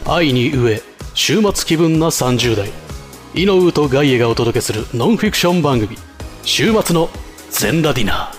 愛に飢え週末気分な30代イノウとガイエがお届けするノンフィクション番組週末の全裸ディナ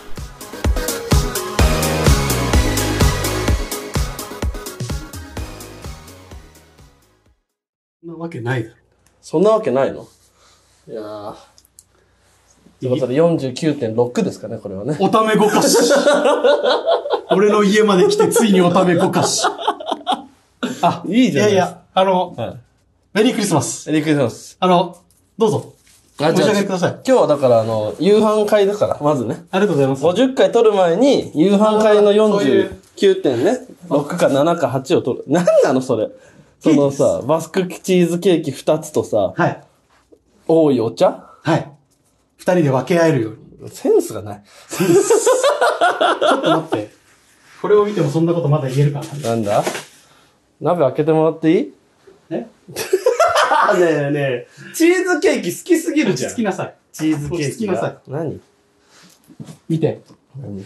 ー。なわけないだろ。 そんなわけないの？いやー。ということで 49.6 ですかね、これはね。 おためごかし。俺の家まで来てついにおためごかし。あ、 いいじゃないですか。 いやいや、はい、メリークリスマス。 メリークリスマス。 どうぞ。お召し上がりください。 今日はだから夕飯会だから、まずね。 ありがとうございます。 50回取る前に、夕飯会の 49. 点ね、6か7か8を取る。なんなのそれ。そのさ、バスクチーズケーキ2つとさ、 はい。 多いお茶？ はい。2人で分け合えるように。 センスがない。 センス。ちょっと待って。これを見てもそんなことまだ言えるかな。 なんだ？鍋開けてもらっていい？ ねえねえ。チーズケーキ好きすぎるじゃん。 好きなさい。 チーズケーキ。 好きなさい。 何？ 見て。 何？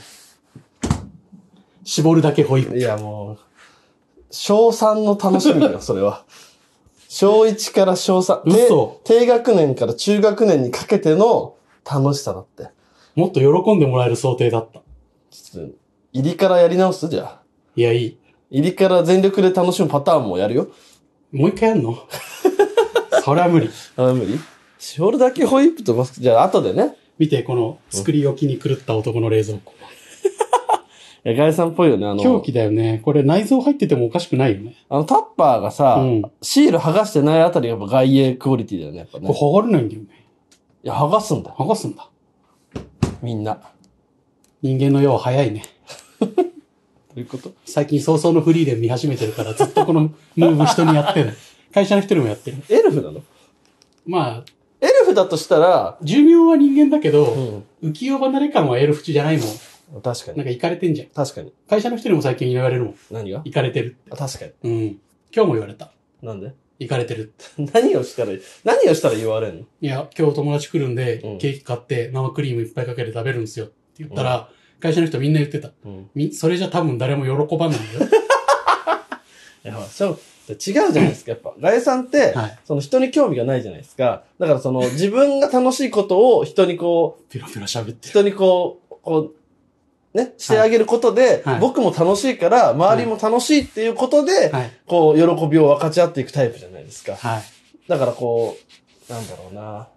絞るだけホイップ。 いやもう、小3の楽しみだよ、それは。小1から小3。 嘘。 低学年から中学年にかけての楽しさだって。 もっと喜んでもらえる想定だった。 ちょっと、入りからやり直すじゃあ。 いや、いい。 入りから全力で楽しむパターンもやるよ。 もう一回やんの？それは無理。 無理？絞るだけホイップとバスク、じゃあ後でね。 見て、この作り置きに狂った男の冷蔵庫。 いや、ガイさんっぽいよね、 狂気だよね。これ内臓入っててもおかしくないよね。 タッパーがさ、シール剥がしてないあたりがやっぱ外衛クオリティだよね、やっぱね。 これ剥がれないんだよね。 いや、剥がすんだ。 剥がすんだ。 みんな。 人間の世は早いね。 どういうこと？ 最近早々のフリーレン見始めてるからずっとこのムーブ人にやってる。会社の人にもやってる。 エルフなの？ まあ。 エルフだとしたら、 寿命は人間だけど、浮世離れ感はエルフじゃないもん。 確かに。 なんかイカれてんじゃん。 確かに。 会社の人にも最近言われるもん。 何が？ イカれてるって。 確かに。 うん。今日も言われた。 なんで？ イカれてるって。何をしたら言われんの？ いや、今日友達来るんで、ケーキ買って生クリームいっぱいかけて食べるんですよって言ったら、会社の人みんな言ってた。それじゃ多分誰も喜ばないよ。 いや、そう。違うじゃないですか、やっぱ。ガエさんって、その人に興味がないじゃないですか。だからその自分が楽しいことを人にこう、 ペラペラ喋って。 人にこう、ね、してあげることで、僕も楽しいから、周りも楽しいっていうことで、こう、喜びを分かち合っていくタイプじゃないですか。 はい。 だからこう、なんだろうな。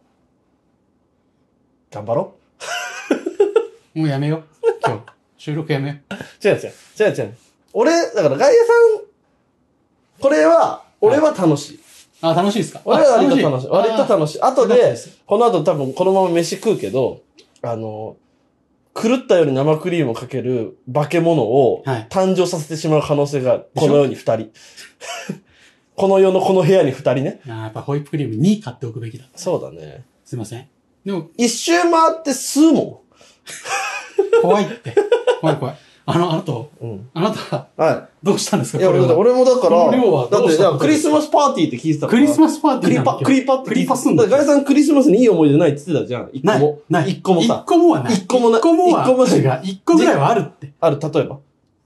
頑張ろう。もうやめよう。今日。収録やめよう。違う。俺、だからガイエさん、これは、俺は楽しい。 あ、楽しいですか？ 俺は割と楽しい。割と楽しい。後で、この後多分このまま飯食うけど、狂ったように生クリームをかける化け物を誕生させてしまう可能性が、この世に2人。この世のこの部屋に2人ね。 やっぱホイップクリーム2買っておくべきだ。 そうだね。 すいません。でも、 一周回って吸うもん。怖いって。怖い。あなた、 はい。 どうしたんですか？ いや、俺もだから、 だってクリスマスパーティーって聞いてたから。 クリスマスパーティークリパってクリパすんだ。 ガイさんクリスマスにいい思い出ないって言ってたじゃん。一個も。 ない。 一個もさ。 一個もはない。 一個もない。 一個もは。一個ぐらいはあるって。 ある、例えば。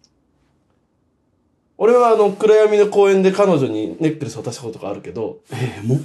俺は暗闇の公園で彼女にネックレス渡したことがあるけど。 もう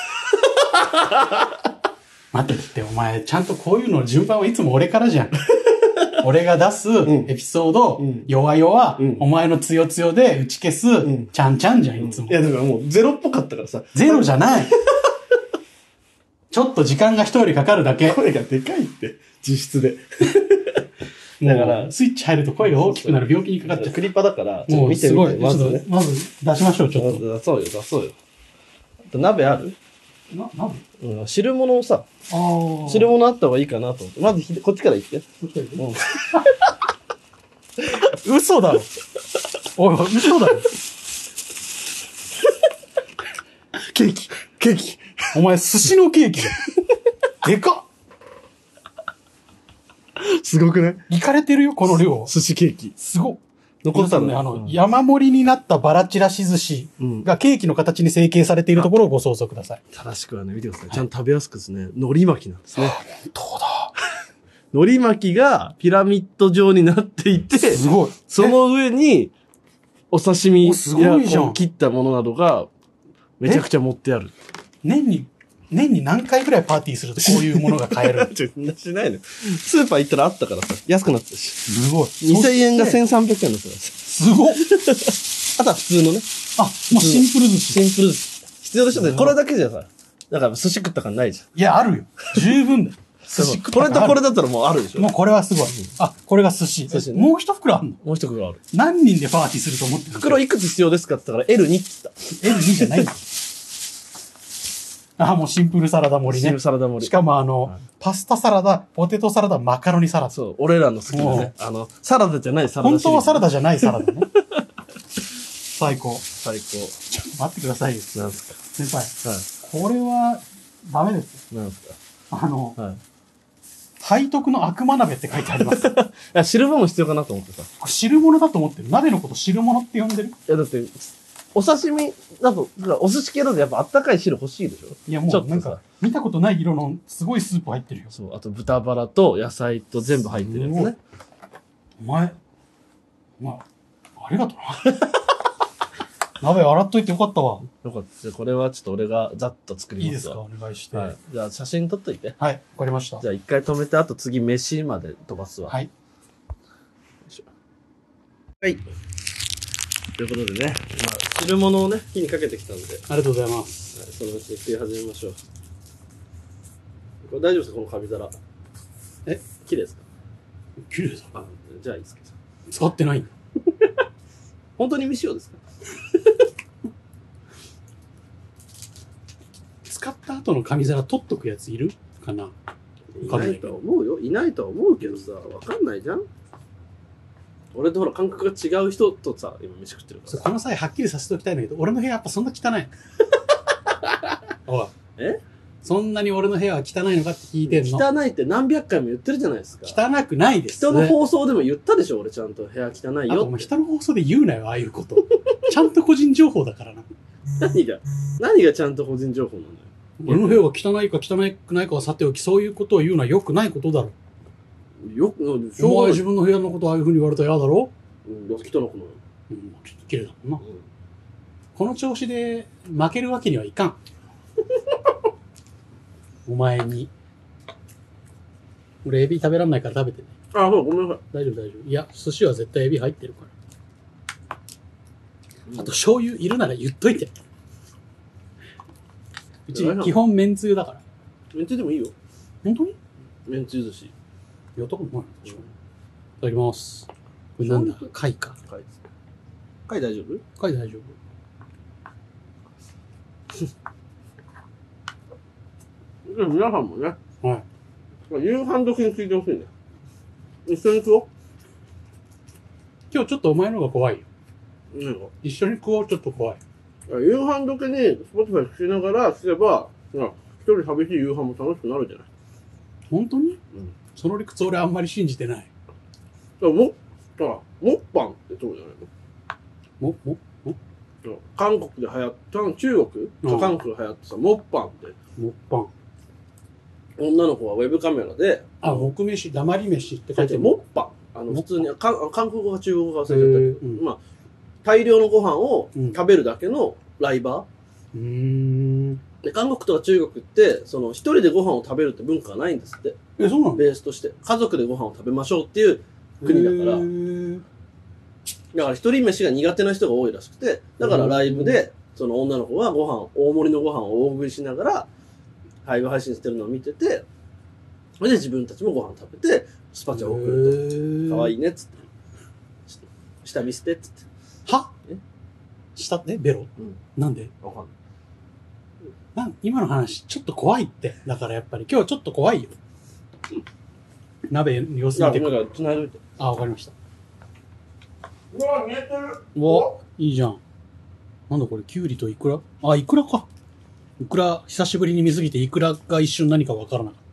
待って、お前、ちゃんとこういうの順番はいつも俺からじゃん。俺が出すエピソード、弱々、お前の強強で打ち消す、ちゃんちゃんじゃん、いつも。 いや、だからもうゼロっぽかったからさ。 ゼロじゃない。ちょっと時間が人よりかかるだけ。 声がでかいって、実質で。 だから、スイッチ入ると声が大きくなる病気にかかっちゃう。 クリパだから、 もう見てみて、 まずね。 まず出しましょう、ちょっと。 出そうよ。鍋ある？鍋？汁物をさ、汁物あった方がいいかなと思って。まず、こっちから行って。 嘘だろ。おい、嘘だろ。 ケーキ。 お前、寿司のケーキだ。でかっ。 すごくない？ いかれてるよ、この量。 寿司ケーキ。 すごっ。 残ったね。 山盛りになったバラちらし寿司がケーキの形に成形されているところをご想像ください。 正しくはね、見てください。ちゃんと食べやすくですね、海苔巻きなんですね。 本当だ。 海苔巻きがピラミッド状になっていて、 すごい。 その上に、 お刺身やすごいじゃん切ったものなどが、めちゃくちゃ持ってある。 年に何回ぐらいパーティーするとこういうものが買えるしないの。スーパー行ったらあったからさ、安くなってたし。 すごい。 2000円が1300円だったからさ。 すごっあとは普通のね。 あ、もうシンプル寿司。 シンプル寿司。必要でしょね。これだけじゃさ、だから寿司食った感ないじゃん。 いや、あるよ。十分だよ。寿司食ったこれとこれだったらもうあるでしょ。 もうこれはすごい。あ、これが寿司。 ねもう一袋あんのもう一袋ある。 何人でパーティーすると思ってる袋いくつ必要ですかって言ったから L2 って言った。 L2 じゃないんだ。あ、もうシンプルサラダ盛りね。 シンプルサラダ盛り。 しかもパスタサラダ、ポテトサラダ、マカロニサラダ。 そう、俺らの好きなね。サラダじゃないサラダ。 本当はサラダじゃないサラダね。最高。 最高。 ちょっと待ってくださいよ。 なんすか。 先輩。 はい。 これは、ダメですよ。 なんすか。はい。 背徳の悪魔鍋って書いてあります。 いや、汁物必要かなと思ってさ。 これ汁物だと思ってる。鍋のこと汁物って呼んでる。 いや、だって、お刺身だと、お寿司系だとやっぱあったかい汁欲しいでしょ。 いや、もうなんか、見たことない色のすごいスープ入ってるよ。 そう、あと豚バラと野菜と全部入ってるやつね。 お前、ありがとうな。鍋洗っといてよかったわ。 よかった。これはちょっと俺がざっと作りますわ。 いいですかお願いして。 はい。じゃあ写真撮っといて。 はい、わかりました。 じゃあ一回止めて、あと次飯まで飛ばすわ。 はい。 はい。ということでね、汁物をね、火にかけてきたんで。 ありがとうございます。 はい、そのうちに食い始めましょう。これ大丈夫ですかこのカビ皿。綺麗ですか綺麗だ。 あ、じゃあいいですけど。 使ってないんだ。 本当に未使用ですか使った後の紙皿取っとくやついるかな。 いないとは思うよ。いないとは思うけどさ、わかんないじゃん。俺とほら感覚が違う人とさ、今飯食ってるから。 この際はっきりさせておきたいんだけど、俺の部屋やっぱそんな汚い。おい。そんなに俺の部屋は汚いのかって聞いてんの。 汚いって何百回も言ってるじゃないですか。 汚くないです。 人の放送でも言ったでしょ俺ちゃんと部屋汚いよ。 お前人の放送で言うなよ、ああいうこと。ちゃんと個人情報だからな。 何がちゃんと個人情報なんだよ。 俺の部屋が汚いか汚くないかはさておき、そういうことを言うのは良くないことだろ。お前自分の部屋のことああいう風に言われたら嫌だろ汚くない。 ちょっと綺麗だもんな。この調子で負けるわけにはいかん。お前に。俺エビ食べらんないから食べてね。 あ、そう、ごめんなさい。 大丈夫大丈夫。いや、寿司は絶対エビ入ってるから。あと醤油いるなら言っといて。うち基本めんつゆだから。 めんつゆでもいいよ。 本当にめんつゆ寿司。 やったことない。いただきます。これなんだ貝か。 貝です。貝大丈夫？ 貝大丈夫。 皆さんもね。 はい。 夕飯時に聞いてほしいね。一緒に食おう。 今日ちょっとお前の方が怖いよ。 一緒に食おう、ちょっと怖い。 夕飯時にスポティファイ聞きながらすれば、一人寂しい夕飯も楽しくなるじゃない。 本当に？その理屈俺あんまり信じてない。 モッパンってそうじゃないの？韓国で流行った、中国か韓国で流行ってさ、モッパンって。 モッパン。 女の子はウェブカメラで。 黙飯、黙り飯って書いてる。 モッパン。普通に、韓国語か中国語か忘れちゃったけど、大量のご飯を食べるだけのライバー。で、韓国とか中国って、一人でご飯を食べるって文化がないんですって。 そうなの？ ベースとして。家族でご飯を食べましょうっていう国だから。だから一人飯が苦手な人が多いらしくて、だからライブで、その女の子が大盛りのご飯を大食いしながら、ライブ配信してるのを見てて、それで自分たちもご飯食べて、スパチャを送ると。かわいいねっつって。下見せてっつって。 は？下ってベロ？なんで？ わかんない。今の話、ちょっと怖いって。だからやっぱり、今日ちょっと怖いよ。鍋の様子見てくる。 繋いどいて。 あ、わかりました。 うわ、見えてる。 お、いいじゃん。なんだこれ、キュウリとイクラ？あ、イクラか。イクラ、久しぶりに見すぎてイクラが一瞬何かわからなかった。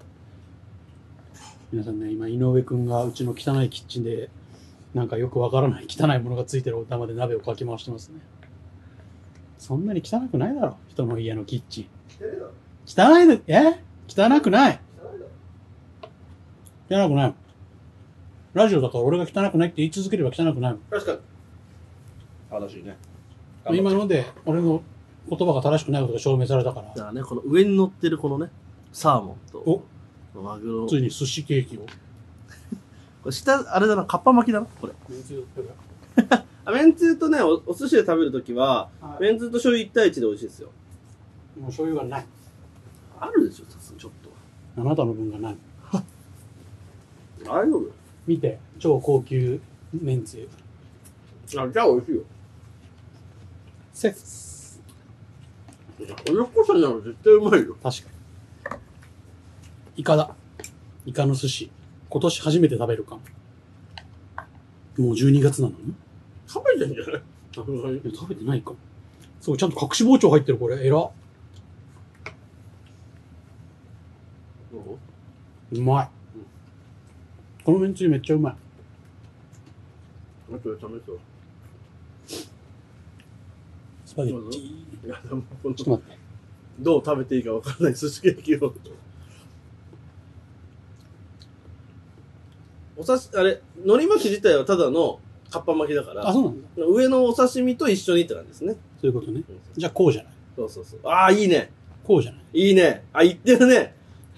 皆さんね、今、井上くんがうちの汚いキッチンで、なんかよくわからない汚いものがついてるお玉で鍋をかき回してますね。そんなに汚くないだろ、人の家のキッチン。汚いで、汚くない。汚くない。ラジオだから俺が汚くないって言い続ければ汚くないもん。 確かに。 正しいね。 今ので、俺の言葉が正しくないことが証明されたから。 だからね、この上に乗ってるこのね、サーモンと、マグロ。 ついに寿司ケーキを。 これ下、あれだな、かっぱ巻きだな、これ。めんつゆめんつゆとね、お寿司で食べるときは、めんつゆと醤油1対1で美味しいですよ。 もう醤油がない。 あるでしょ、さすがにちょっと。あなたの分がない。 大丈夫？ 見て、超高級めんつゆ。 あ、じゃあ美味しいよ。 セックス。 およこさんなら絶対うまいよ。 確かに。イカだ。イカの寿司。今年初めて食べるかも。もう12月なのに食べてんじゃない？ 食べてないか。そう、ちゃんと隠し包丁入ってる、これ。えら。うまい。このめんつゆめっちゃうまい。 あとで試そう。 スパゲッティ。ちょっと待って。 どう食べていいか分からない寿司ケーキを。あれ、海苔巻き自体はただのかっぱ巻きだから。 あ、そうなんだ。 上のお刺身と一緒にって感じですね。 そういうことね。じゃあこうじゃない？ そうそうそう。ああ、いいね。 こうじゃない？ いいね。あ、言ってるね。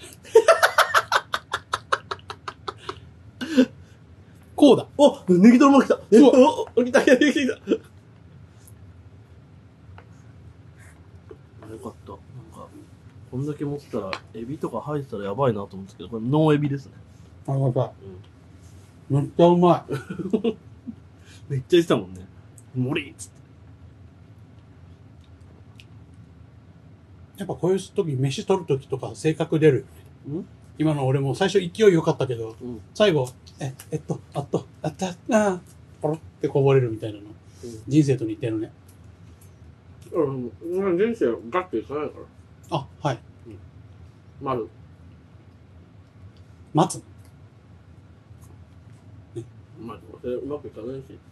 こうだ。 お、ネギトロも来た。お、来た、来た、来た。よかった。なんか、こんだけ持ってたら、エビとか入ってたらやばいなと思うんですけど、これノンエビですね。 ありがたい。めっちゃうまい。 めっちゃ言ってたもんね。森っつって。 やっぱこういう時、飯取る時とか性格出るよね。今の俺も最初勢い良かったけど、最後、ポロってこぼれるみたいなの。人生と似てるね。 人生ガッていかないから。 あ、はい。待つ。 まあ、うまくいかないし。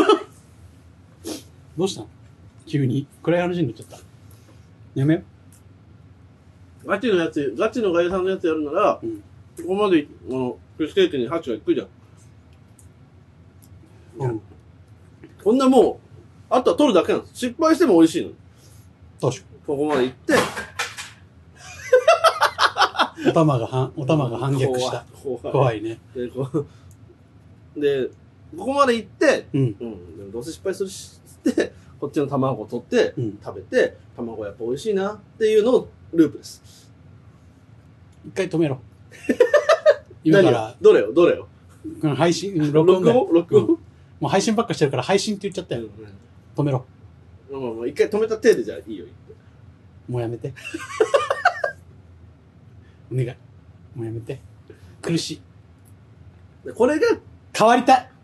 どうしたの急に。暗い話になっちゃった。やめよ。 ガチのガイさんのやつやるなら、ここまで、フィッシュケーキにハチが行くじゃん。こんなもう、あとは取るだけなんです。失敗しても美味しいの。 確かに。 ここまで行って。 お玉が反逆した。怖いね。 で、ここまで行って、どうせ失敗するし、って、こっちの卵を取って、食べて、卵やっぱ美味しいなっていうのをループです。 一回止めろ。今から。 どれよ配信、録音。もう配信ばっかしてるから配信って言っちゃったよ。止めろ。 もう一回止めた手でじゃあいいよ。 もうやめて。お願い。もうやめて。苦しい。 これが、 変わりたい。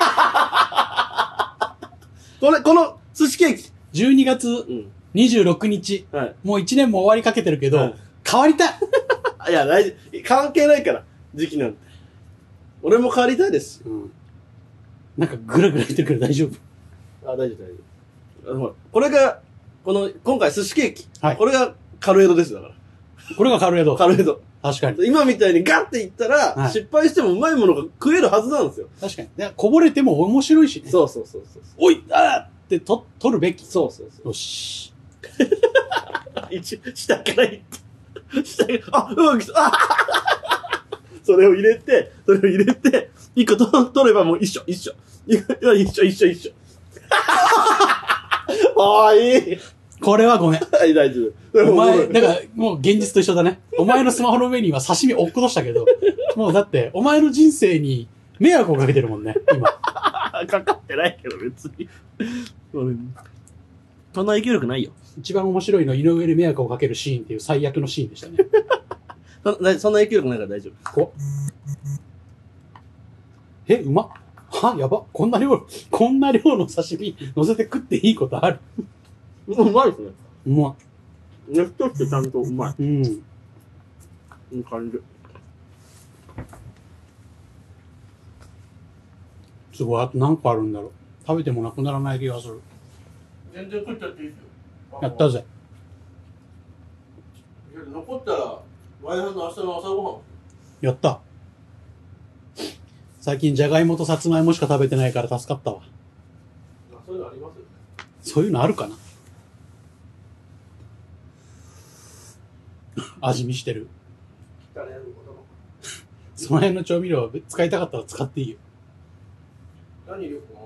この寿司ケーキ。 12月26日。もう1年も終わりかけてるけど、変わりたい。 いや、関係ないから、時期なんて。俺も変わりたいです。 なんかグラグラしてるけど大丈夫？ あ、大丈夫。これが、今回寿司ケーキ。これがカルエドです、だから。 これがカルエド。 カルエド。 確かに。 今みたいにガッていったら、失敗してもうまいものが食えるはずなんですよ。 確かに。こぼれても面白いしね。 そう。 おいって取るべき。 そう。 よし。 下からいって。うまくそれを入れて、一個取ればもう一緒。一緒。いい。 これはごめん。 はい、大丈夫。 お前、だからもう現実と一緒だね。お前のスマホの上には刺身落っことしたけど、もうだって、お前の人生に迷惑をかけてるもんね、今。 かかってないけど、別に。そんな影響力ないよ。 一番面白いのは井上に迷惑をかけるシーンっていう最悪のシーンでしたね。 そんな影響力ないから大丈夫。 うまっ。やば。こんな量の刺身乗せて食っていいことある？ うまいですね。 うまい。ねっとしてちゃんとうまい。いい感じ。 すごい、あと何個あるんだろう。食べてもなくならない気がする。 全然食っちゃっていいですよ。 やったぜ。 残ったら、ワイハンの明日の朝ごはん。 やった。最近じゃがいもとさつまいもしか食べてないから助かったわ。 そういうのありますよ。 そういうのあるかな。味見してる。その辺の調味料は使いたかったら使っていいよ。 何入れようか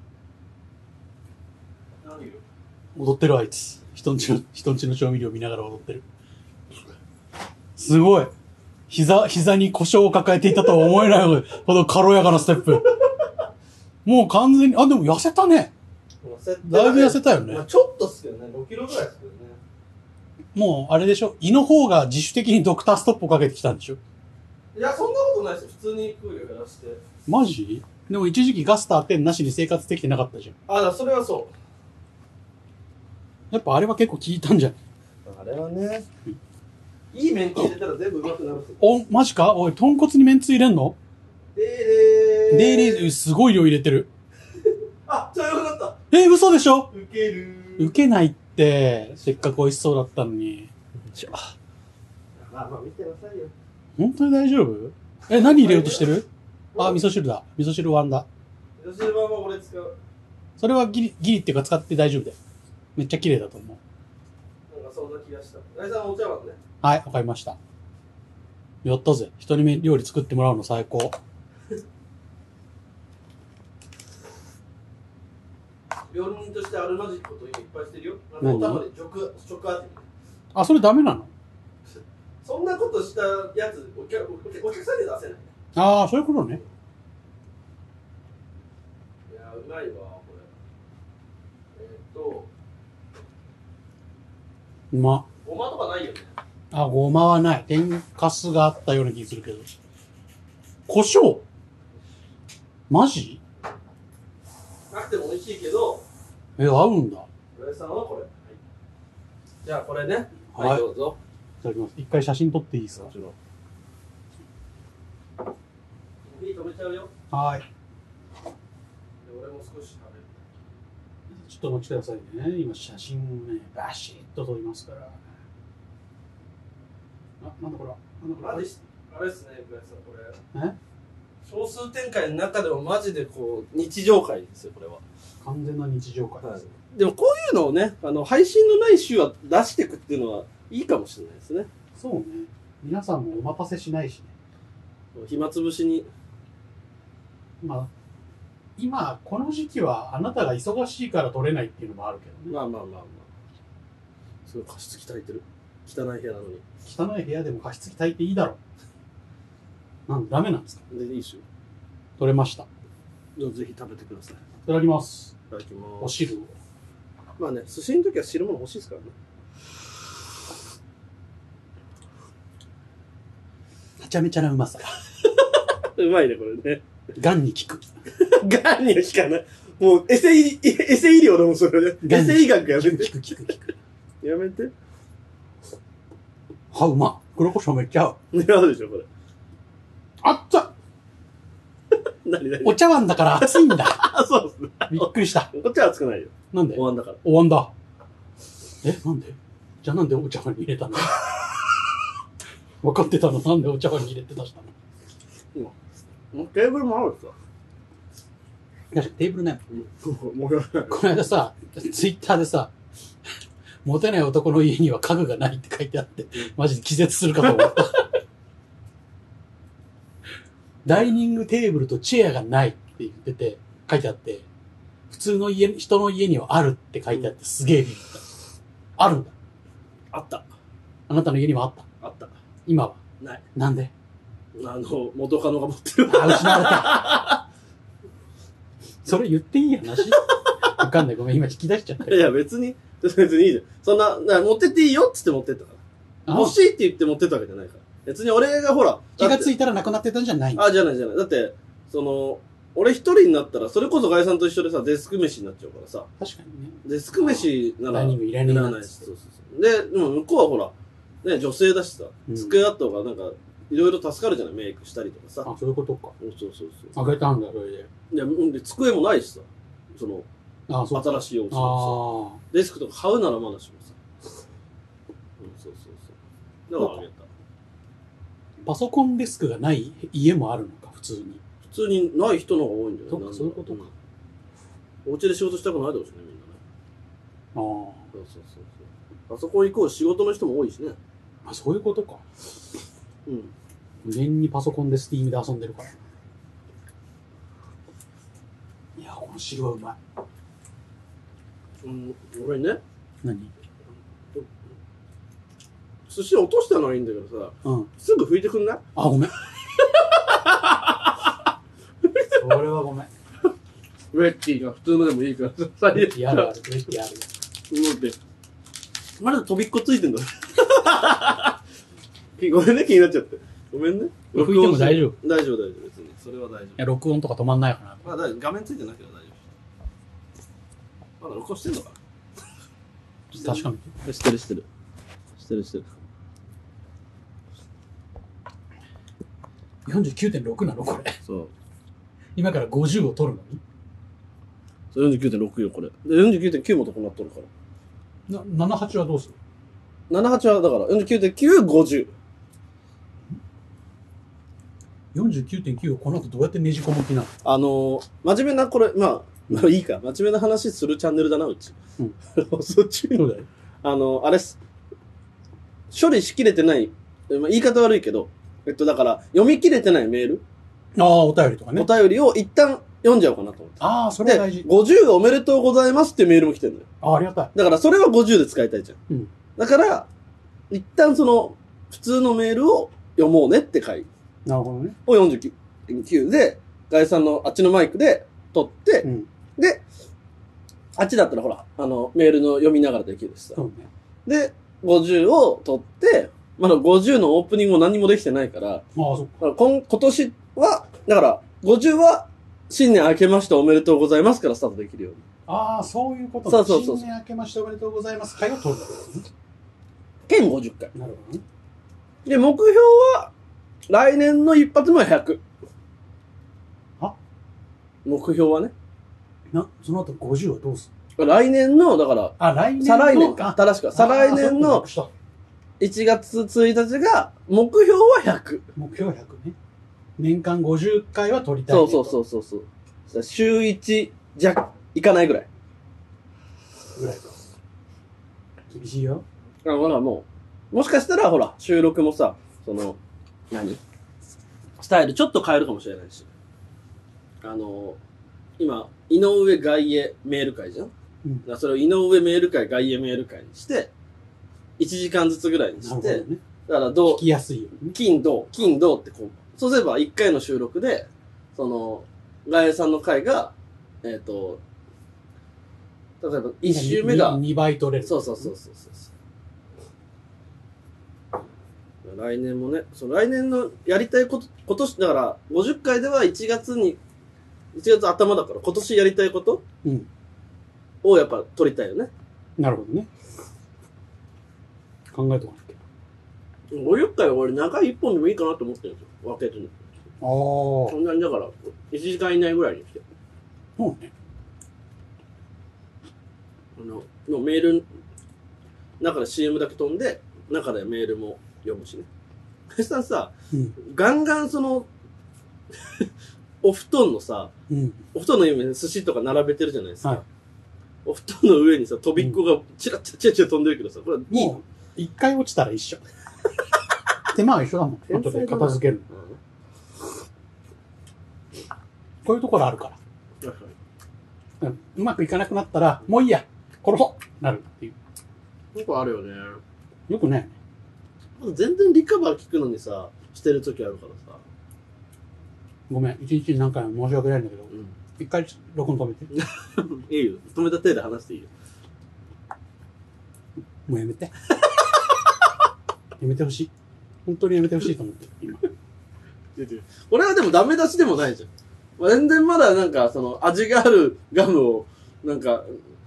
な。何入れよう。 踊ってるあいつ。人んちの調味料見ながら踊ってる。すごい。膝に故障を抱えていたとは思えないほど軽やかなステップ。もう完全に、でも痩せたね。だいぶ痩せたよね。 まあ、ちょっとっすけどね、5キロぐらいっすけどね。 もう、あれでしょ、胃の方が自主的にドクターストップをかけてきたんでしょ。 いや、そんなことないですよ。普通に空気を出して。 マジ？でも一時期ガスター10なしに生活できてなかったじゃん。 それはそう。 やっぱあれは結構効いたんじゃん。 あれはね、いいめんつゆ入れたら全部うまくなるっすよ。 マジか？おい、豚骨にめんつゆ入れんの？ デーレー、すごい量入れてる。 茶色くなった。 嘘でしょ？ ウケる。 ウケないって、せっかく美味しそうだったのに。 まあ見てくださいよ。 本当に大丈夫？何入れようとしてる？味噌汁だ。味噌汁ワンだ。 味噌汁は俺使う。 それはギリっていうか使って大丈夫だよ。めっちゃ綺麗だと思う。 なんかそんな気がした。大さんお茶碗ね。 はい、わかりました。やったぜ。人に料理作ってもらうの最高。 料理人としてあるまじきこと今いっぱいしてるよ。なんかお玉で食味。 それダメなの？ そんなことしたやつ、お客さんに出せない。 そういうことね。 いや、うまいわ、これ。 うま。 ごまとかないよね。 ごまはない。天かすがあったような気するけど。胡椒？マジ？ なくても美味しいけど。 合うんだ。 浦井さんはこれ。はい、じゃあこれね。 はい、 どうぞ。 いただきます。一回写真撮っていいですか？もちろん。 火止めちゃうよ。 はい。 俺も少し食べる。 ちょっとお待ちくださいね。今写真をね、バシッと撮りますから。なんだこれ。 あれですね、倉石さん、これ。少数展開の中でもマジでこう、日常会ですよ、これは。 完全な日常会です。 でもこういうのをね、配信のない週は出していくっていうのはいいかもしれないですね。 そうね。皆さんもお待たせしないしね。 暇つぶしに。 今、この時期はあなたが忙しいから撮れないっていうのもあるけどね。 まあ。すごい加湿器焚いてる。汚い部屋なのに。 汚い部屋でも加湿器焚いていいだろう。なんでダメなんですか？ で、いいっすよ。 撮れました。 ぜひ食べてください。 いただきます。 いただきます。 お汁を。 まあね、寿司の時は汁物欲しいですからね。 めちゃめちゃなうまさ。 うまいね、これね。 ガンに効く。 ガンには効かない。もう、エセ医療でもそれね。エセ医学やめて。 効く。 やめて。 うま。黒胡椒めっちゃ合う。 似合うでしょ、これ。 あっつっ何お茶碗だから熱いんだ。 そうですね。 びっくりした。 こっちは熱くないよ。 なんで？ お椀だから。 お椀だ。なんで？じゃあなんでお茶碗に入れたの？分かってたの？なんでお茶碗に入れて出したの？ もうテーブルもあるんですよ。 確かにテーブルね。 もうこの間さ、ツイッターでさ、モテない男の家には家具がないって書いてあって、マジで気絶するかと思った。ダイニングテーブルとチェアがないって言ってて、書いてあって、普通の人の家にはあるって書いてあって、すげえビビった。あるんだ。 あった。 あなたの家にはあった。 あった。 今はない。 なんで？ 元カノが持ってる。 失われた。それ言っていい話？わかんない。ごめん、今引き出しちゃった。 いや、別にいいじゃん。そんな、持ってっていいよっつって持ってったから。欲しいって言って持ってったわけじゃないから。別に俺がほら。 気がついたらなくなってたんじゃないじゃない。だって、俺一人になったら、それこそガイさんと一緒でさ、デスク飯になっちゃうからさ。 確かにね。 デスク飯なら。 ダイニングいらない。 そう。でも向こうはほら、ね、女性だしさ、机あった方がなんか、いろいろ助かるじゃない、メイクしたりとかさ。 そういうことか。 そう。 あげたんだ、それで。 で、机もないしさ、新しいお家でさ、 デスクとか買うならまだしもさ。そう。だからあげた。 パソコンデスクがない家もあるのか、普通に。 普通にない人の方が多いんだよね。 そういうことか。 お家で仕事したくないだろうしね、みんなね。 そうそうそう。あそこ行こう仕事の人も多いしね。 あ、そういうことか。 うん。 無限にパソコンでスティームで遊んでるから。いや、この汁はうまい。 俺ね。 何？ 寿司落としたのはいいんだけどさ、すぐ拭いてくんない？ あ、ごめん。それはごめん。 ウェッティが普通のでもいいからさ、最悪。 やるある、ウェッティある。 思って。まだ飛びっこついてんだ。ごめんね、気になっちゃって。ごめんね。 拭いても大丈夫？ 大丈夫、大丈夫。別に。それは大丈夫。いや、録音とか止まんないかな。 まあ大丈夫。画面ついてなければ大丈夫。まだ録音してんのかな？ 確かめて。 してる、してる。してる、してる。 49.6 なのこれ。 そう。 今から50を取るのにそう、49.6 よ、これ。で、49.9 もとこなっとるから。 78はどうする？ 78 はだから、49.9、50。 49.9 をこの後どうやってねじ込む気なの？ 真面目な、これ、まあいいか。真面目な話するチャンネルだな、うち。 うん。 そっちそうだよ。 あれっす。処理しきれてない、まあ、言い方悪いけど、だから、読み切れてないメール。 ああ、お便りとかね。 お便りを一旦読んじゃおうかなと思って。 ああ、それは大事。 で、50おめでとうございますってメールも来てるのよ。 ああ、ありがたい。 だから、それは50で使いたいじゃん。 うん。 だから、一旦その、普通のメールを読もうねって回。 なるほどね。 を49.9で、ガイさんのあっちのマイクで撮って、うん、で、あっちだったらほら、メールの読みながらできるしさ。 そうね。 で、50を撮って、まだ50のオープニングも何もできてないから、 ああ、そっか。 今年は、だから、50は、新年明けましておめでとうございますからスタートできるように。 ああ、そういうことね。そう。 新年明けましておめでとうございます会を取るんですね。 計50回。 なるほどね。 で、目標は、来年の一発目は100。 は？ 目標はね。 その後50はどうする？来年の、だから、 来年再来年か。正しくは。再来年の1月1日が、目標は100。 目標は100ね。年間50回は取りたい。 そう。週1いかないぐらい。 ぐらいか。厳しいよ。 ほらもしかしたらほら、収録もさ、スタイルちょっと変えるかもしれないし。今、井上外野メール会じゃん、うん、それを井上メール会、外野メール会にして、1時間ずつぐらいにして、ね、だから聞きやすいよね。 金土ってこう、そうすれば1回の収録で、外野さんの回が、例えば1週目が、 2倍取れる。 そう。来年もね、来年のやりたいこと、今年、だから50回では1月頭だから今年やりたいことをやっぱ取りたいよね。 なるほどね。考えとかなきゃ。 50回は俺長い1本でもいいかなと思ってるんですよ。分けてね。 ああ。 そんなにだから、1時間以内ぐらいにして。 そうね。 のメール、中で CM だけ飛んで、中でメールも読むしね。林さんさ、ガンガンお布団のさ、お布団の上に寿司とか並べてるじゃないですか。はい、お布団の上にさ、飛びっこがチラチラ飛んでるけどさ、これいいの？ もう、一回落ちたら一緒。手間は一緒だもん。後で片付ける。こういうところあるから。うまくいかなくなったら、もういいや、殺そうなるっていう。 よくあるよね。 よくね。 全然リカバー効くのにさ、してる時あるからさ。 ごめん、一日に何回も申し訳ないんだけど、一回録音止めて。 いいよ。止めた手で話していいよ。 もうやめて。やめてほしい。本当にやめてほしいと思って今。 俺はでもダメ出しでもないじゃん。全然まだなんか、味があるガムを、軒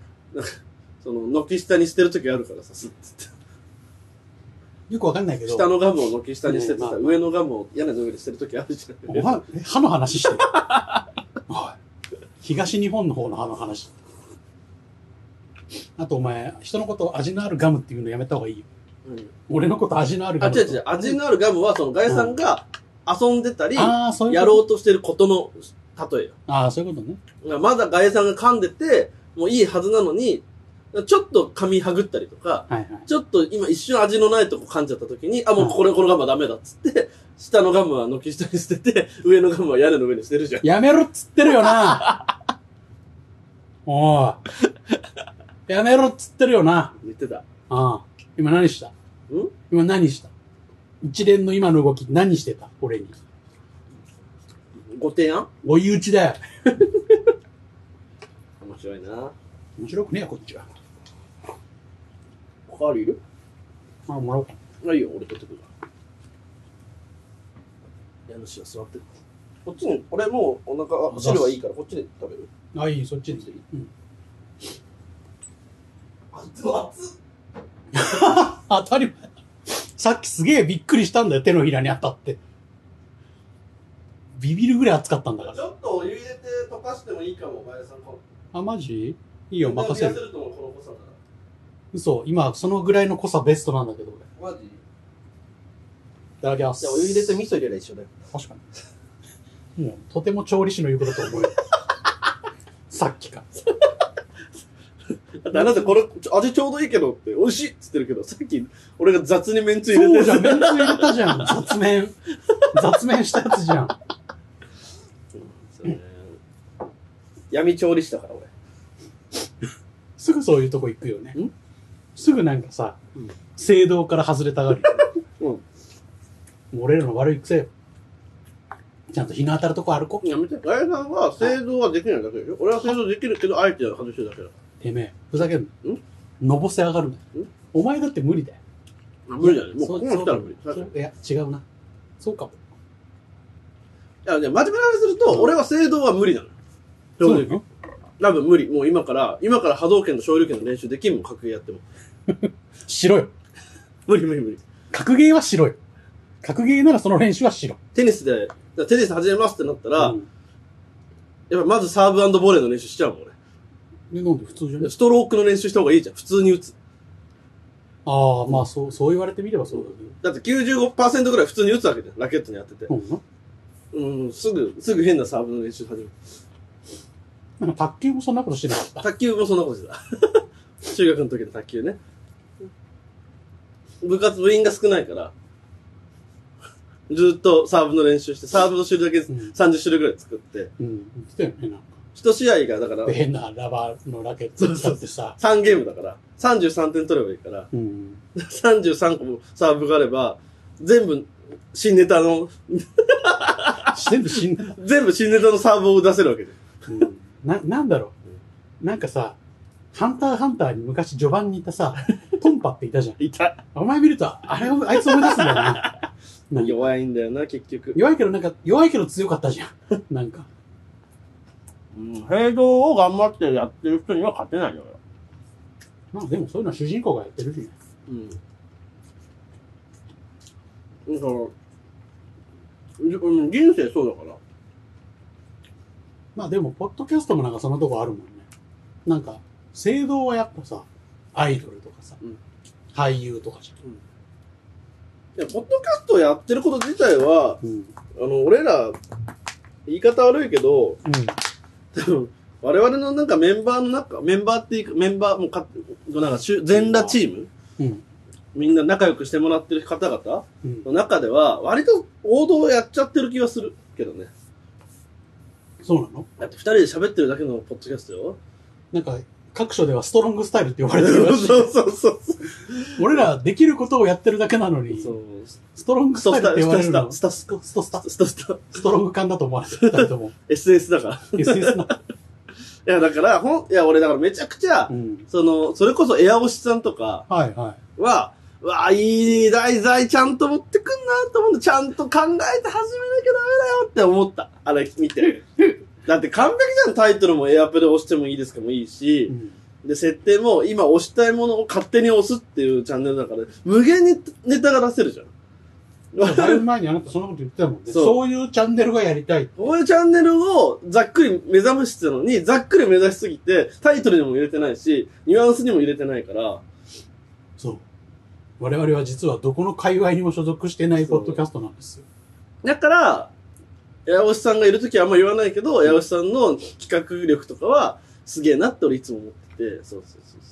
下にしてる時あるからさ、スッつって。 よくわかんないけど。 下のガムを軒下にしててさ、上のガムを屋根の上にしてる時あるじゃん。 歯の話してる。東日本の方の歯の話。あとお前、人のこと味のあるガムっていうのやめた方がいいよ。俺のこと味のあるガム。 違う。味のあるガムは、ガイさんが遊んでたり、やろうとしてることの例えよ。 ああ、そういうことね。 まだガイさんが噛んでて、もういいはずなのに、 ちょっと噛みはぐったりとか、ちょっと今一瞬味のないとこ噛んじゃった時に、もうこのガムはダメだっつって、下のガムは軒下に捨てて、上のガムは屋根の上に捨てるじゃん。 やめろっつってるよなおい。やめろっつってるよな。 言ってた。 今何した？今何した？一連の今の動き何してた？俺に。 ご提案？ 追い打ちだよ。 面白いな。 面白くねえよ、こっちは。 おかわりいる？ もらおうか。 いいよ、俺取ってくるから。家主は座ってる。こっちに、俺もうお腹、汁はいいから、こっちで食べる？ いい、そっちでいい。 熱っ当たり前。さっきすげえびっくりしたんだよ、手のひらに当たって。ビビるぐらい熱かったんだから。 ちょっとお湯入れて溶かしてもいいかも、お前さん。 マジ？いいよ、任せる。 この濃さだな。 嘘、今、そのぐらいの濃さベストなんだけど、 俺。マジ？ いただきます。 じゃあお湯入れて味噌入れりゃ一緒だよ。 確かに。もう、とても調理師の言うことだと思うよ。さっきから。 あなたこれ味ちょうどいいけどって美味しいっつってるけど、さっき俺が雑にめんつゆ入れてそうじゃん、めんつゆ入れたじゃん。雑麺したやつじゃん。 闇調理師だから俺。 すぐそういうとこ行くよね。すぐなんかさ、正道から外れたがる。もう俺らの悪い癖よ。ちゃんと日の当たるとこ歩こう。 やめて。ガヤさんは正道はできないだけでしょ。俺は正道できるけど、あえて外してるだけだ。 てめえ、ふざけんな。のぼせ上がるな。お前だって無理だよ。 無理だね。もうここまで来たら無理。 いや、違うな。そうかも。 いや、真面目な話すると、俺は正道は無理なの。正直。多分無理。もう今から波動拳と昇竜拳の練習できんもん、格ゲーやっても。 しろよ。 無理。 格ゲーはしろよ。格ゲーならその練習はしろ。 テニス始めますってなったら、やっぱまずサーブ&ボレーの練習しちゃうもん、俺。 なんで普通じゃね？ ストロークの練習した方がいいじゃん。普通に打つ。 まあそう言われてみればそうだけど。だって 95% ぐらい普通に打つわけじゃん。ラケットに当てて。すぐ変なサーブの練習始める。 なんか卓球もそんなことしてなかった。 卓球もそんなことしてた。中学の時の卓球ね。部員が少ないから、ずっとサーブの練習して、サーブの種類だけ30種類ぐらい作って。 言ってたよね、なんか。 一試合が、だから。 変なラバーのラケット使ってさ。 3ゲームだから、33点取ればいいから、33個もサーブがあれば、全部、新ネタの、 全部新ネタのサーブを出せるわけで。 なんだろう。なんかさ、ハンターに昔序盤にいたさ、トンパっていたじゃん。 いた。 お前見ると、あいつ思い出すんだよな。 弱いんだよな、結局。 弱いけど強かったじゃん。なんか。 平等を頑張ってやってる人には勝てないよ。 まあでもそういうのは主人公がやってるしね。 だから、人生そうだから。 まあでも、ポッドキャストもなんかそのとこあるもんね。なんか、正道はやっぱさ、アイドルとかさ、俳優とかじゃん。 いや、ポッドキャストをやってること自体は、俺ら、言い方悪いけど、多分、我々のなんかメンバーの中、メンバーもなんか全裸チーム、みんな仲良くしてもらってる方々の中では、割と王道をやっちゃってる気がするけどね。 そうなの？ だって二人で喋ってるだけのポッドキャストよ。 なんか、各所ではストロングスタイルって呼ばれてるらしい。 そう。 俺らできることをやってるだけなのに、ストロングスタイルって言われるの。ストロング感だと思われてると思う。 SS だから。 SS な。 いや、だから、俺だからめちゃくちゃ、それこそエアオシさんとかは、いい題材ちゃんと持ってくんなと思うんだ。ちゃんと考えて始めなきゃダメだよって思った。あれ見て。だって完璧じゃん、タイトルもエアプで押してもいいですかもいいし、で、設定も今押したいものを勝手に押すっていうチャンネルだから、無限にネタが出せるじゃん。 だいぶ前にあなたそんなこと言ってたもんね。そういうチャンネルがやりたい。 そういうチャンネルをざっくり目指してたのに、ざっくり目指しすぎて、タイトルにも入れてないし、ニュアンスにも入れてないから。 そう。我々は実はどこの界隈にも所属してないポッドキャストなんですよ。 だから、エアオシさんがいるときはあんま言わないけど、エアオシさんの企画力とかはすげえなって俺いつも思ってて、そう。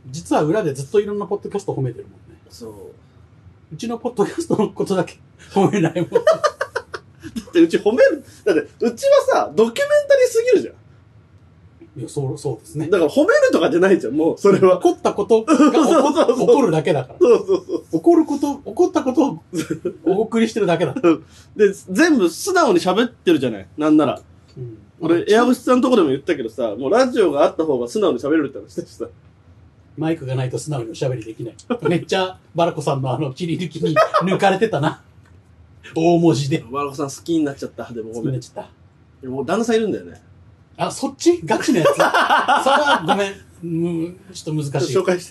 実は裏でずっといろんなポッドキャスト褒めてるもんね。 そう。 うちのポッドキャストのことだけ褒めないもん。だってうち褒める、だってうちはさ、ドキュメンタリーすぎるじゃん。 いや、そうですね。 だから褒めるとかじゃないじゃん、もう、それは。 起こったことが起こるだけだから。 そうそうそう。 起こったことをお送りしてるだけだ。 で、全部素直に喋ってるじゃない、なんなら。うん、俺、エアブスさんのとこでも言ったけどさ、もうラジオがあった方が素直に喋れるって話したしさ。 マイクがないと素直におしゃべりできない。めっちゃ、バラコさんの切り抜きに抜かれてたな。大文字で。 バラコさん好きになっちゃった。でもごめん。 好きになっちゃった。 でも旦那さんいるんだよね。 あ、そっちガチのやつそれはごめん。ちょっと難しい。 紹介して。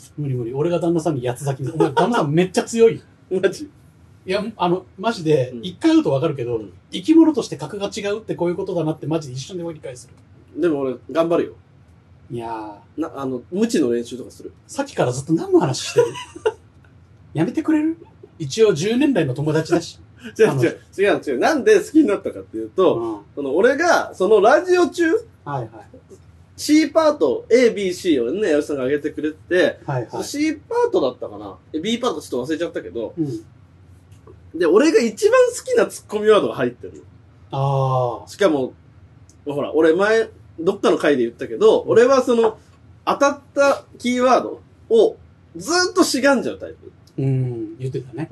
無理。俺が旦那さんに八つ咲き。お前旦那さんめっちゃ強い。 マジ？ いや、マジで、一回会うとわかるけど、生き物として格が違うってこういうことだなってマジで一瞬で理解する。 でも俺、頑張るよ。 いやー。無知の練習とかする。 さっきからずっと何の話してるやめてくれる？一応10年来の友達だし。 違う。なんで好きになったかっていうと、俺が、そのラジオ中、C パート、A、B、C をね、吉さんが上げてくれて、C パートだったかな ?B パートちょっと忘れちゃったけど、で、俺が一番好きなツッコミワードが入ってるの。しかも、ほら、俺前、どっかの回で言ったけど、俺はその、当たったキーワードをずっとしがんじゃうタイプ。 言ってたね。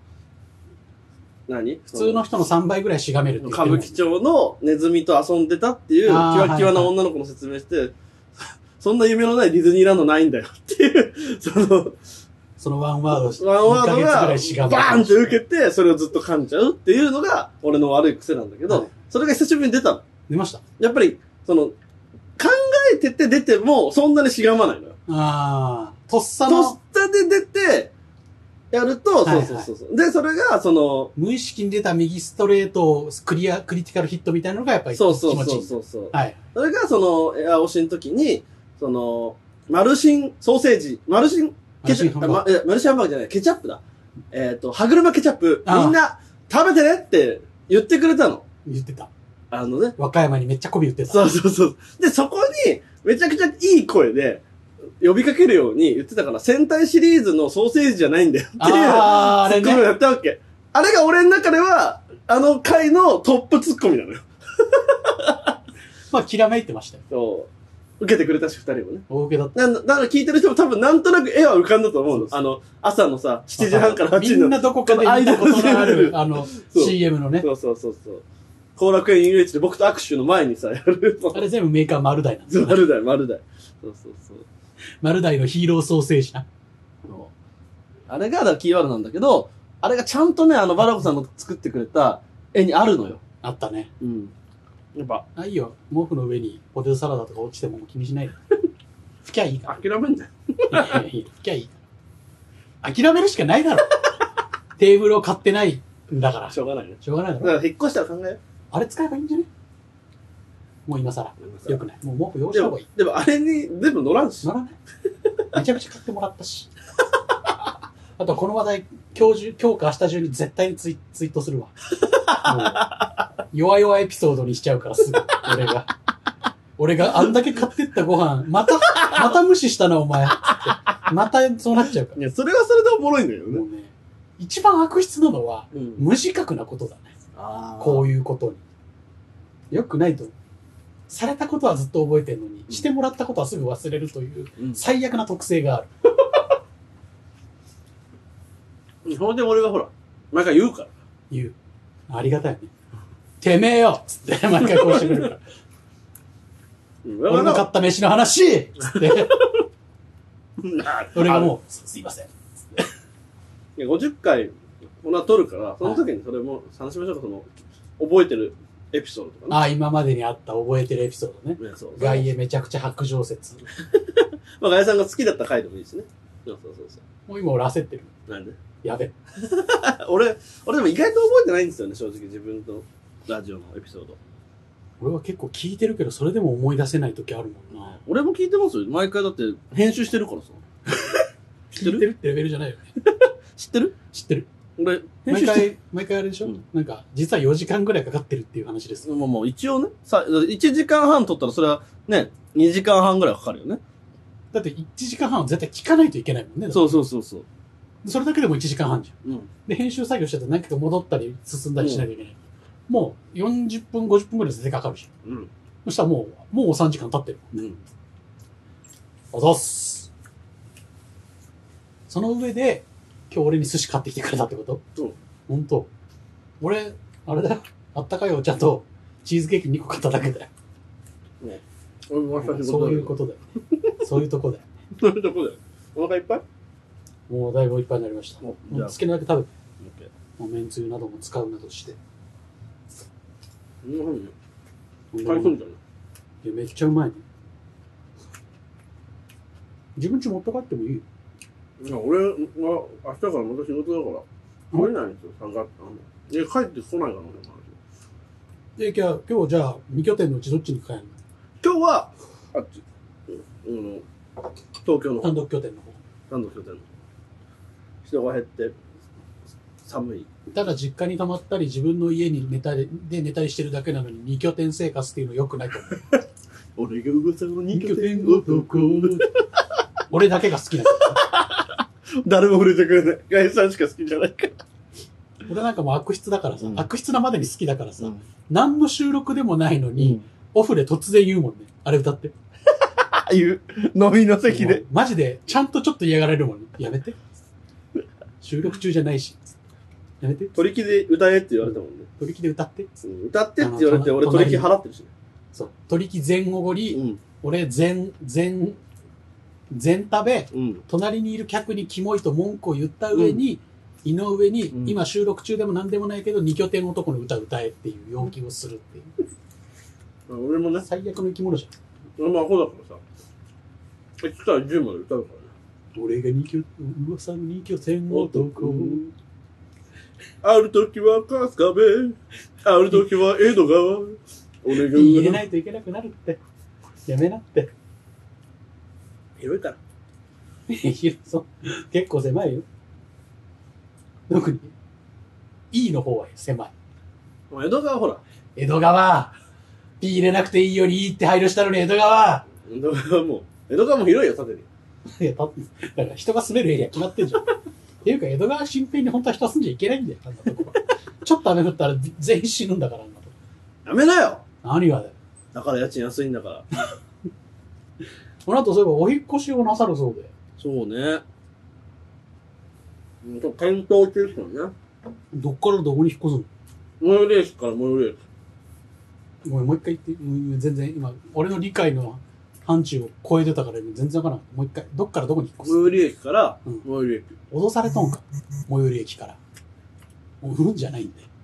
普通の人の3倍ぐらいしがめるって言って歌舞伎町のネズミと遊んでたっていう、キワキワな女の子の説明して、そんな夢のないディズニーランドないんだよっていう、 そのワンワードが、バーンって受けて、それをずっと噛んじゃうっていうのが、俺の悪い癖なんだけど、それが久しぶりに出たの。 出ました。 やっぱり、考えてて出ても、そんなにしがまないのよ。 とっさで出て、やると、そう。で、それが、 無意識に出た右ストレート、クリティカルヒットみたいなのがやっぱり気持ちいい。 そう。はい。それが、エア押しの時に、マルシンソーセージ、マルシンハンバーグじゃない、ケチャップだ。歯車ケチャップ、みんな食べてねって言ってくれたの。 言ってた。 ね。 和歌山にめっちゃ媚び言ってた。 そう。で、そこに、めちゃくちゃいい声で、呼びかけるように言ってたから、戦隊シリーズのソーセージじゃないんだよっていう、ツッコミをやったわけ。あれが俺の中では、回のトップツッコミなのよ。 まあ、きらめいてましたよ。 そう。受けてくれたし、二人もね。 受けだった。 だから聞いてる人も多分なんとなく絵は浮かんだと思うの。朝のさ、7時半から8時の。 みんなどこかで見たことのある、CM のね。 そう。後楽園遊園地で僕と握手の前にさ、やる。 あれ全部メーカー丸大なんですよ。 丸大。そう。 丸大のヒーローソーセージな。 あれがキーワードなんだけど、あれがちゃんとね、バラコさんの作ってくれた絵にあるのよ。 あったね。 うん。やっぱ。 いいよ。毛布の上にポテトサラダとか落ちても気にしないで。吹きゃいいから。 諦めんだよ。 吹きゃいいから。諦めるしかないだろ。テーブルを買ってないんだから。 しょうがないね。 しょうがないだろ。 だから引っ越したら考えよう。 あれ使えばいいんじゃね？もう今更。よくない。もう毛布用意した方がいい。 でもあれに全部乗らんし。 乗らない。めちゃめちゃ買ってもらったし。あとこの話題、今日か明日中に絶対にツイートするわ。弱々エピソードにしちゃうからすぐ、俺があんだけ買ってったご飯、また無視したなお前。またそうなっちゃうから。 いや、それはそれでおもろいんだよね。 もうね、一番悪質なのは、無自覚なことだね。こういうことに。よくないと。されたことはずっと覚えてるのに、してもらったことはすぐ忘れるという、最悪な特性がある。 ほんで俺がほら、毎回言うから。 言う。ありがたいね。てめえよつって毎回こうしてくれるから。俺の買った飯の話つって。俺がもう、すいません。 いや、50回、この後撮るから、その時にそれも話しましょうか、覚えてるエピソードとかね。今までにあった覚えてるエピソードね。外野めちゃくちゃ白状説。 まあ、ガイさんが好きだった回でもいいですね。そう。 もう今俺焦ってる。 なんで？ やべ。 俺でも意外と覚えてないんですよね、正直自分のラジオのエピソード。 俺は結構聞いてるけど、それでも思い出せない時あるもんな。 俺も聞いてますよ。毎回だって編集してるからさ。 知ってるってレベルじゃないよね。 知ってる俺、 編集毎回あれでしょ、なんか、実は4時間ぐらいかかってるっていう話ですよ。 もう一応ね、1時間半撮ったらそれはね、2時間半ぐらいかかるよね。 だって1時間半は絶対聞かないといけないもんね。 そうそうそうそう。 それだけでも1時間半じゃん。 うん。 で、編集作業してて何か戻ったり進んだりしなきゃいけない。もう40分、50分ぐらい絶対かかるじゃん。そしたらもう3時間経ってる。あざっす。その上で、今日俺に寿司買ってきてくれたってこと？ そう。 ほんと。俺、あれだよ。あったかいお茶とチーズケーキ2個買っただけだよ。そういうことだよ。そういうとこだよ。 そういうとこだよ。お腹いっぱい？ もうだいぶいっぱいになりました。もう好きなだけ食べて。もうめんつゆなども使うなどして。 海鮮じゃん。 いや、めっちゃうまいね。自分家持って帰ってもいいよ。 いや、俺は明日からまた仕事だから、来れないんですよ、3月。帰ってこないかな、 今日じゃあ、2拠点のうちどっちに帰るの？ 今日は、あっち、東京の単独拠点の方。 単独拠点の方。人が減って、寒い。 ただ実家に泊まったり、自分の家に寝たりしてるだけなのに、2拠点生活っていうの良くないと思う。 俺が噂の2拠点男。 俺だけが好きなの。 誰も触れてくれない。ガイさんしか好きじゃないから。 俺なんかもう悪質だからさ、悪質なまでに好きだからさ、何の収録でもないのに、オフで突然言うもんね。あれ歌って。 言う。飲みの席で。 マジで、ちゃんとちょっと嫌がられるもんね。やめて。収録中じゃないし。やめて。 取り木で歌えって言われたもんね。 取り木で歌って。 歌ってって言われて、俺取り木払ってるしね。 そう。取り木前後後に、俺全食べ、隣にいる客にキモいと文句を言った上に、井上に、今収録中でも何でもないけど、2拠点男の歌歌えっていう要求をするっていう。 俺もね。 最悪の生き物じゃん。俺もアホだからさ。1から10まで歌うからね。 俺が噂の2拠点男。 ある時は春日部、ある時は江戸川。俺が入れないといけなくなるって。やめなって。 広いから。 そう。結構狭いよ。特に。E の方は狭い。 江戸川ほら。 江戸川。P 入れなくていいように E って配慮したのに江戸川。 江戸川も広いよ、縦に。 いや、だから人が住めるエリア決まってんじゃん。っていうか、江戸川周辺に本当は人住んじゃいけないんだよ、あんなところ。ちょっと雨降ったら全員死ぬんだから、あんなとこ。 やめなよ。 何がだよ。 だから家賃安いんだから。 この後、そういえばお引っ越しをなさるそうで。 そうね。検討中ですよね。 どっからどこに引っ越すの？ 最寄り駅から最寄り駅。 もう一回言って、全然今、俺の理解の範疇を超えてたから全然わからん。もう一回、どっからどこに引っ越す？ 最寄り駅から、最寄り駅。 脅されとんか。最寄り駅から。うんじゃないんだよ。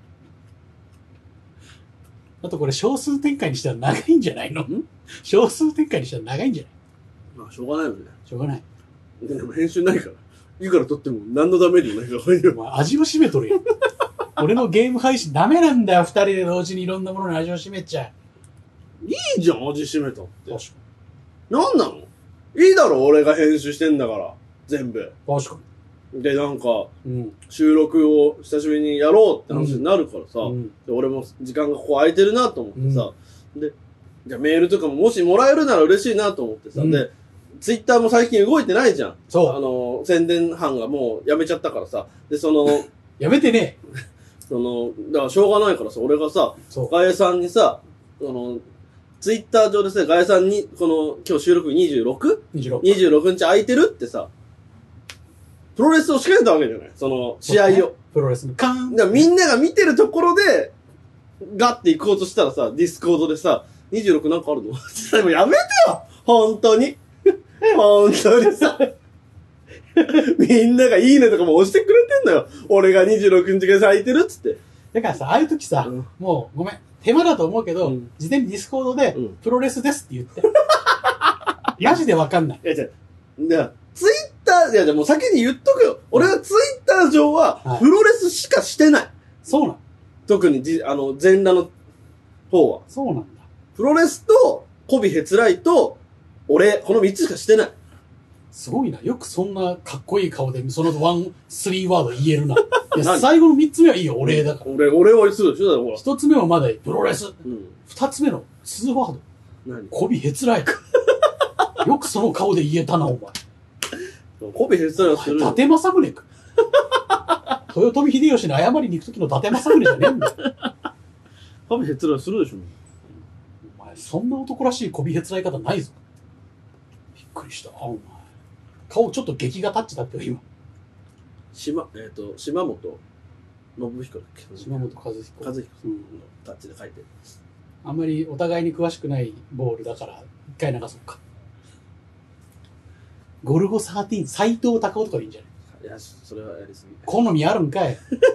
あとこれ少数展開にしたら長いんじゃないの？少数展開にしたら長いんじゃない？ まあ、しょうがないよね。 しょうがない。 でも編集ないから。いくら撮っても何のダメージもないから。 お前味を占めとるやん。俺のゲーム配信ダメなんだよ。二人で同時にいろんなものに味を占めちゃう。いいじゃん、味占めたって。確かに。なんなの？いいだろ、俺が編集してんだから。全部。 確かに。で、なんか、収録を久しぶりにやろうって話になるからさ、で俺も時間がここ空いてるなと思ってさ、で、じゃあメールとかももしもらえるなら嬉しいなと思ってさ、で、ツイッターも最近動いてないじゃん。 そう。 宣伝班がもうやめちゃったからさ、で、 やめてね。 だからしょうがないからさ、俺がさ、ガエさんにさ、ツイッター上でさ、ガエさんに、今日収録 26?26 日空いてるってさ、プロレスを仕掛けたわけじゃない試合を。 プロレスのカーン。 だからみんなが見てるところで、ガッて行こうとしたらさ、ディスコードでさ、26なんかあるの？でもやめてよ！本当に。本当にさ。みんながいいねとかも押してくれてんのよ。俺が26日が空いてるっつって。 だからさ、ああいう時さ、もうごめん。手間だと思うけど、事前にディスコードで、プロレスですって言って。マジでわかんない。 いや、ツイッター、いや、もう先に言っとくよ。俺はツイッター上は、プロレスしかしてない。 そうなん。 特に、全裸の方は。 そうなんだ。 プロレスと、コビヘツライと、俺、この3つしかしてない。 すごいな。よくそんなかっこいい顔で、その3ワード言えるな。いや、最後の3つ目はいいよ、俺だから。 俺はいつでしょ、だからほら。 1つ目はまだいい、プロレス。2つ目の2ワード。 何？ コビヘツライ。 よくその顔で言えたな、お前。 媚びへつらいはする。 伊達政宗か。豊臣秀吉に謝りに行く時の伊達政宗じゃねえんだよ。 媚びへつらいするでしょ。 お前、そんな男らしい媚びへつらい方ないぞ。びっくりした。お前。顔ちょっと劇画タッチだってよ、今。 島本信彦だっけ？ 島本和彦。 和彦さんのタッチで書いてる。 あんまりお互いに詳しくないボールだから、一回流そうか。ゴルゴ13、斎藤隆夫とかでいいんじゃない？ いや、それはやりすぎ。 好みあるんかい。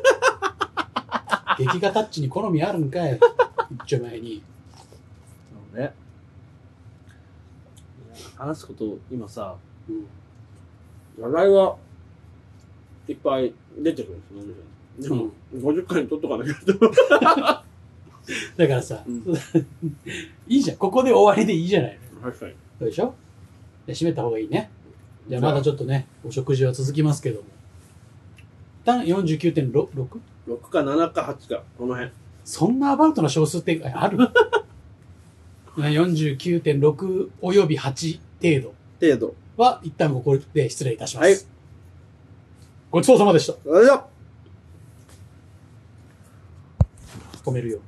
劇画タッチに好みあるんかい。一丁前に。 そうね。話すこと今さ、話題はいっぱい出てくるんですよ。でも、50回に取っとかなきゃと。 だからさ、いいじゃん。ここで終わりでいいじゃないの。 確かに。 そうでしょ？で、締めた方がいいね。じゃあまだちょっとね、お食事は続きますけども。一旦 49.6？ 6か7か8か、この辺。 そんなアバウトな小数点ある？ 49.6 および8程度は一旦ここで失礼いたします。はい。ごちそうさまでした。 それでは止めるよ。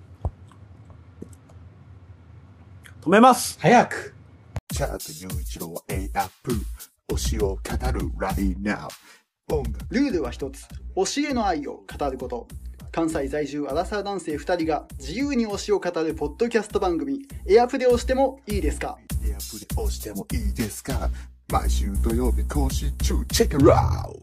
止めます。 早く。 チャート雄一郎は A アップ。推しを語る right now。 ルールは一つ。推しへの愛を語ること。関西在住アラサー男性2人が自由に推しを語るポッドキャスト番組。エアプレをしてもいいですか？ エアプレをしてもいいですか？毎週土曜日更新中。チェックアウト。